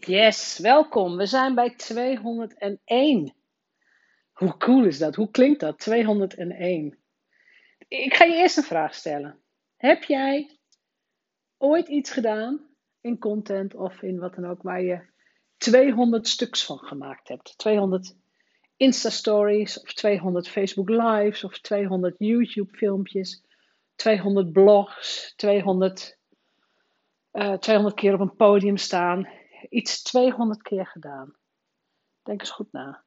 Yes, welkom. We zijn bij 201. Hoe cool is dat? Hoe klinkt dat? 201. Ik ga je eerst een vraag stellen. Heb jij ooit iets gedaan in content of in wat dan ook waar je 200 stuks van gemaakt hebt? 200 Insta-stories of 200 Facebook Lives of 200 YouTube filmpjes, 200 blogs, 200 keer op een podium staan. Iets 200 keer gedaan. Denk eens goed na.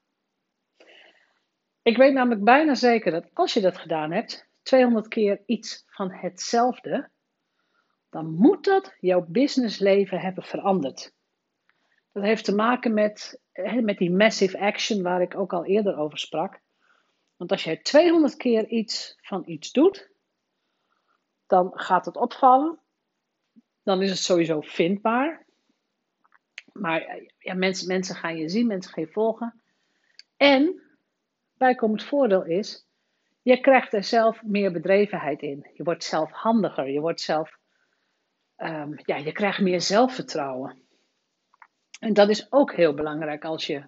Ik weet namelijk bijna zeker dat als je dat gedaan hebt, 200 keer iets van hetzelfde, dan moet dat jouw businessleven hebben veranderd. Dat heeft te maken met die massive action waar ik ook al eerder over sprak. Want als je 200 keer iets van iets doet, dan gaat het opvallen. Dan is het sowieso vindbaar. Maar ja, mensen gaan je zien, mensen gaan je volgen. En bijkomend voordeel is, je krijgt er zelf meer bedrevenheid in. Je wordt zelf handiger. Je wordt zelf, je krijgt meer zelfvertrouwen. En dat is ook heel belangrijk als je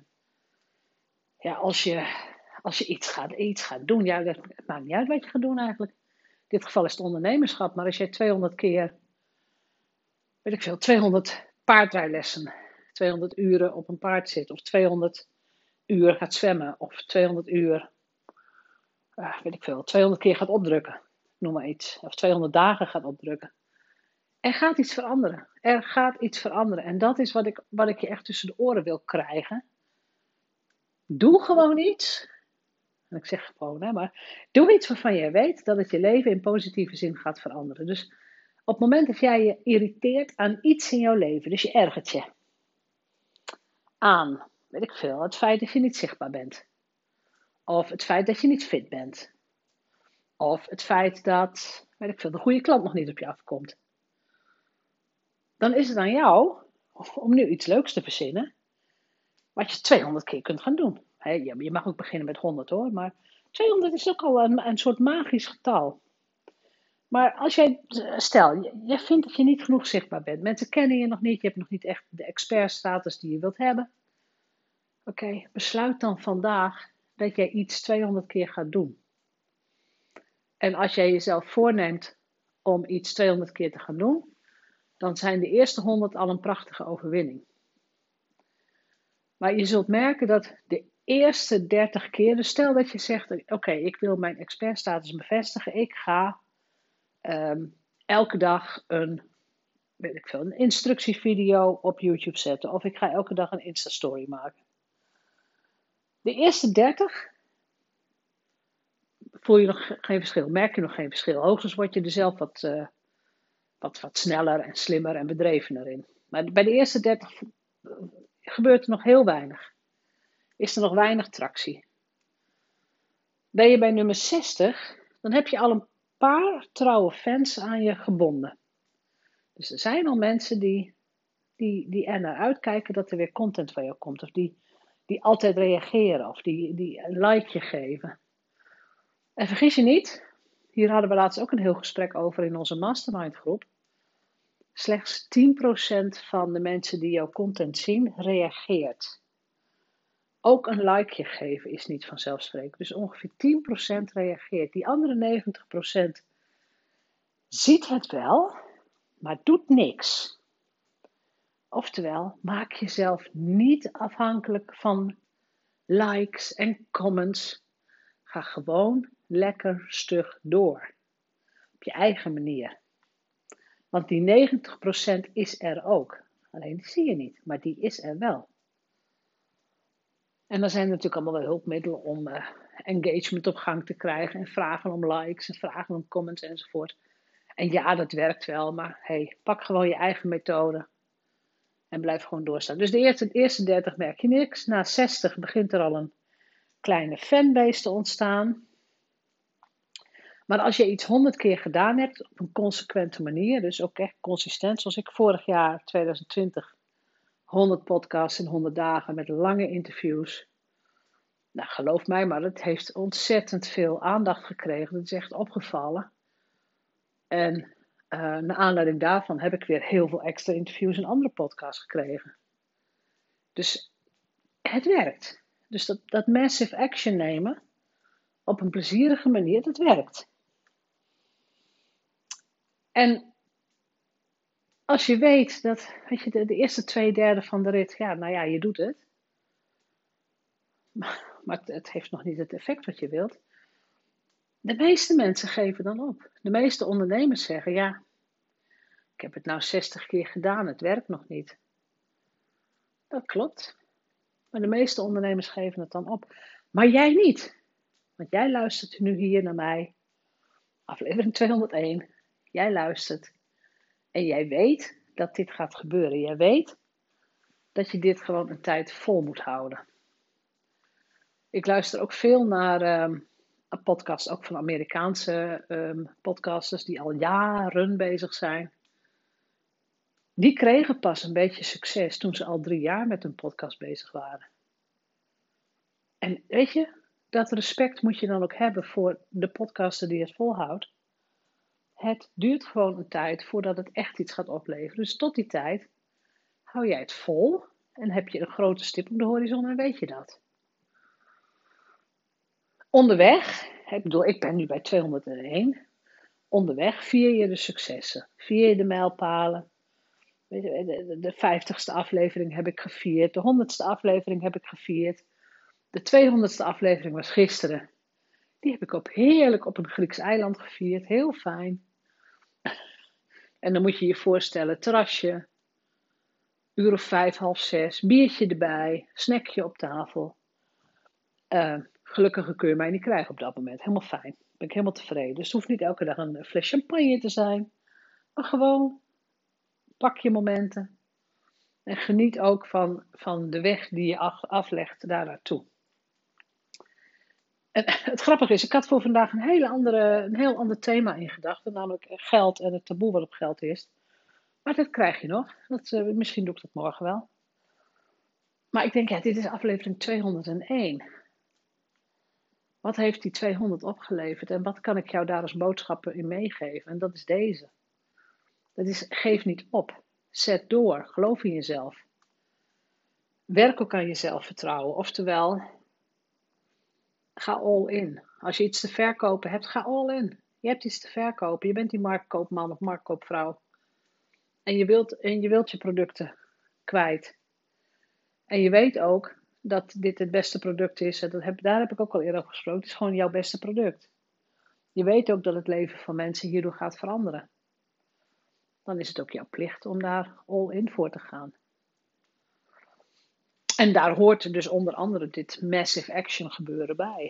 iets gaat doen. Ja, het maakt niet uit wat je gaat doen eigenlijk. In dit geval is het ondernemerschap. Maar als je 200 keer, 200 paardrijlessen, 200 uren op een paard zit, of 200 uur gaat zwemmen, of 200 uur, 200 keer gaat opdrukken, noem maar iets. Of 200 dagen gaat opdrukken. Er gaat iets veranderen. Er gaat iets veranderen. En dat is wat ik je echt tussen de oren wil krijgen. Doe gewoon iets. En ik zeg gewoon, maar doe iets waarvan je weet dat het je leven in positieve zin gaat veranderen. Dus op het moment dat jij je irriteert aan iets in jouw leven, dus je ergert je aan, het feit dat je niet zichtbaar bent. Of het feit dat je niet fit bent. Of het feit dat, de goede klant nog niet op je afkomt. Dan is het aan jou om nu iets leuks te verzinnen, wat je 200 keer kunt gaan doen. Je mag ook beginnen met 100 hoor, maar 200 is ook al een soort magisch getal. Maar als stel, je vindt dat je niet genoeg zichtbaar bent. Mensen kennen je nog niet, je hebt nog niet echt de expertstatus die je wilt hebben. Oké, besluit dan vandaag dat jij iets 200 keer gaat doen. En als jij jezelf voorneemt om iets 200 keer te gaan doen, dan zijn de eerste 100 al een prachtige overwinning. Maar je zult merken dat de eerste 30 keer, dus stel dat je zegt, oké, ik wil mijn expertstatus bevestigen. Ik ga elke dag een instructievideo op YouTube zetten. Of ik ga elke dag een Insta-story maken. De eerste 30 voel je nog geen verschil, merk je nog geen verschil. Hoogstens word je er zelf wat sneller en slimmer en bedrevener in. Maar bij de eerste 30 gebeurt er nog heel weinig. Is er nog weinig tractie. Ben je bij nummer 60, dan heb je al een paar trouwe fans aan je gebonden. Dus er zijn al mensen die er naar uitkijken dat er weer content van jou komt. Of die altijd reageren. Of die een likeje geven. En vergis je niet, hier hadden we laatst ook een heel gesprek over in onze mastermind groep. Slechts 10% van de mensen die jouw content zien, reageert. Ook een likeje geven is niet vanzelfsprekend. Dus ongeveer 10% reageert. Die andere 90% ziet het wel, maar doet niks. Oftewel, maak jezelf niet afhankelijk van likes en comments. Ga gewoon lekker stug door. Op je eigen manier. Want die 90% is er ook. Alleen die zie je niet, maar die is er wel. En dan zijn er natuurlijk allemaal wel hulpmiddelen om engagement op gang te krijgen. En vragen om likes en vragen om comments enzovoort. En ja, dat werkt wel, maar hey, pak gewoon je eigen methode. En blijf gewoon doorstaan. Dus de eerste 30 merk je niks. Na 60 begint er al een kleine fanbase te ontstaan. Maar als je iets 100 keer gedaan hebt op een consequente manier, dus ook echt consistent, zoals ik vorig jaar, 2020, 100 podcasts in 100 dagen met lange interviews. Nou, geloof mij, maar het heeft ontzettend veel aandacht gekregen. Dat is echt opgevallen. En naar aanleiding daarvan heb ik weer heel veel extra interviews en andere podcasts gekregen. Dus het werkt. Dus dat massive action nemen op een plezierige manier, dat werkt. En als je weet dat, weet je, de eerste 2/3 van de rit, ja, nou ja, je doet het. Maar het heeft nog niet het effect wat je wilt. De meeste mensen geven dan op. De meeste ondernemers zeggen, ja, ik heb het nou 60 keer gedaan, het werkt nog niet. Dat klopt. Maar de meeste ondernemers geven het dan op. Maar jij niet. Want jij luistert nu hier naar mij. Aflevering 201. Jij luistert. En jij weet dat dit gaat gebeuren. Jij weet dat je dit gewoon een tijd vol moet houden. Ik luister ook veel naar een podcast, ook van Amerikaanse podcasters die al jaren bezig zijn. Die kregen pas een beetje succes toen ze al 3 jaar met hun podcast bezig waren. En weet je, dat respect moet je dan ook hebben voor de podcaster die het volhoudt. Het duurt gewoon een tijd voordat het echt iets gaat opleveren. Dus tot die tijd hou jij het vol en heb je een grote stip op de horizon en weet je dat. Onderweg, ik ben nu bij 201. Onderweg vier je de successen, vier je de mijlpalen. De 50ste aflevering heb ik gevierd, de 100ste aflevering heb ik gevierd. De 200ste aflevering was gisteren. Die heb ik heerlijk op een Grieks eiland gevierd, heel fijn. En dan moet je je voorstellen, terrasje, uur of 5, half 6, biertje erbij, snackje op tafel. Gelukkig kun je mij niet krijgen op dat moment, helemaal fijn. Ben ik helemaal tevreden. Dus het hoeft niet elke dag een fles champagne te zijn. Maar gewoon, pak je momenten. En geniet ook van de weg die je aflegt daar naartoe. En het grappige is, ik had voor vandaag een heel ander thema in gedachten. Namelijk geld en het taboe wat op geld is. Maar dat krijg je nog. Misschien doe ik dat morgen wel. Maar ik denk, ja, dit is aflevering 201. Wat heeft die 200 opgeleverd? En wat kan ik jou daar als boodschappen in meegeven? En dat is deze. Dat is, geef niet op. Zet door. Geloof in jezelf. Werk ook aan je zelfvertrouwen. Oftewel, ga all in. Als je iets te verkopen hebt, ga all in. Je hebt iets te verkopen. Je bent die marktkoopman of marktkoopvrouw. En je wilt je producten kwijt. En je weet ook dat dit het beste product is. En daar heb ik ook al eerder over gesproken. Het is gewoon jouw beste product. Je weet ook dat het leven van mensen hierdoor gaat veranderen. Dan is het ook jouw plicht om daar all in voor te gaan. En daar hoort dus onder andere dit massive action gebeuren bij.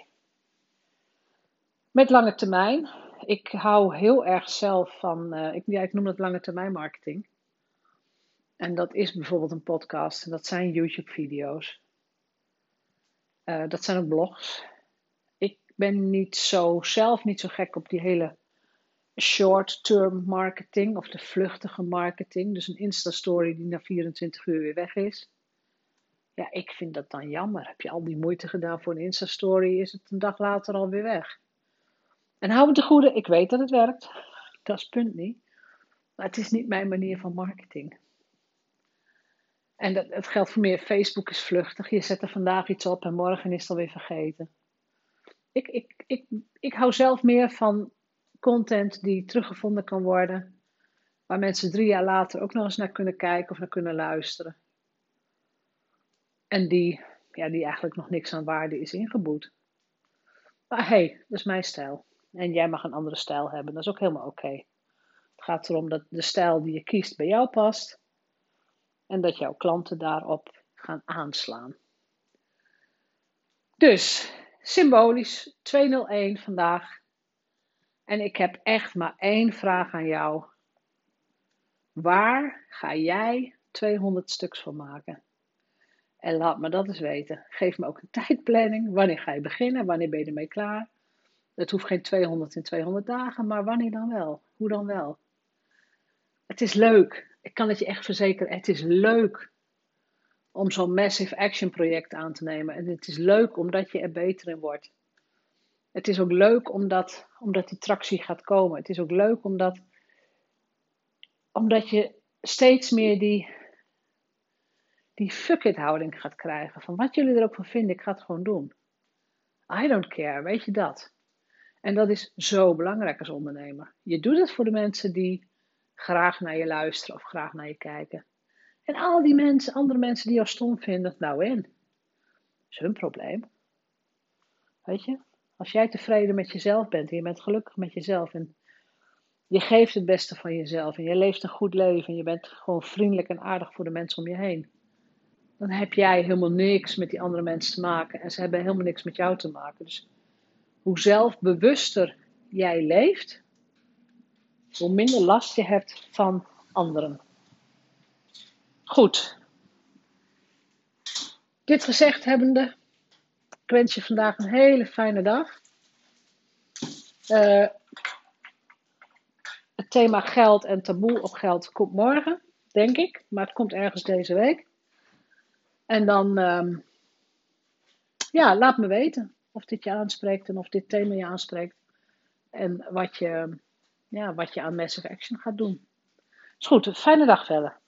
Met lange termijn. Ik hou heel erg zelf van, ik noem dat lange termijn marketing. En dat is bijvoorbeeld een podcast en dat zijn YouTube video's. Dat zijn ook blogs. Ik ben zelf niet zo gek op die hele short-term marketing of de vluchtige marketing. Dus een Insta-story die na 24 uur weer weg is. Ja, ik vind dat dan jammer. Heb je al die moeite gedaan voor een Insta-story, is het een dag later alweer weg. En hou me te goede, ik weet dat het werkt. Dat is het punt niet. Maar het is niet mijn manier van marketing. En het geldt voor meer. Facebook is vluchtig. Je zet er vandaag iets op en morgen is het alweer vergeten. Ik hou zelf meer van content die teruggevonden kan worden. Waar mensen 3 jaar later ook nog eens naar kunnen kijken of naar kunnen luisteren. En die eigenlijk nog niks aan waarde is ingeboet. Maar hey, dat is mijn stijl. En jij mag een andere stijl hebben. Dat is ook helemaal oké. Het gaat erom dat de stijl die je kiest bij jou past. En dat jouw klanten daarop gaan aanslaan. Dus, symbolisch, 201 vandaag. En ik heb echt maar 1 vraag aan jou. Waar ga jij 200 stuks van maken? En laat me dat eens weten. Geef me ook een tijdplanning. Wanneer ga je beginnen? Wanneer ben je ermee klaar? Het hoeft geen 200 in 200 dagen, maar wanneer dan wel? Hoe dan wel? Het is leuk. Ik kan het je echt verzekeren. Het is leuk om zo'n massive action project aan te nemen. En het is leuk omdat je er beter in wordt. Het is ook leuk omdat die tractie gaat komen. Het is ook leuk omdat je steeds meer die fuck it houding gaat krijgen. Van wat jullie er ook van vinden, ik ga het gewoon doen. I don't care, weet je dat? En dat is zo belangrijk als ondernemer. Je doet het voor de mensen die graag naar je luisteren of graag naar je kijken. En al die mensen, andere mensen die jou stom vinden, nou in. Dat is hun probleem. Weet je? Als jij tevreden met jezelf bent en je bent gelukkig met jezelf en je geeft het beste van jezelf en je leeft een goed leven en je bent gewoon vriendelijk en aardig voor de mensen om je heen. Dan heb jij helemaal niks met die andere mensen te maken en ze hebben helemaal niks met jou te maken. Dus hoe zelfbewuster jij leeft, hoe minder last je hebt van anderen. Goed. Dit gezegd hebbende, ik wens je vandaag een hele fijne dag. Het thema geld en taboe op geld komt morgen, denk ik. Maar het komt ergens deze week. En dan, laat me weten of dit je aanspreekt en of dit thema je aanspreekt. En wat je aan Massive Action gaat doen. Is goed, fijne dag verder.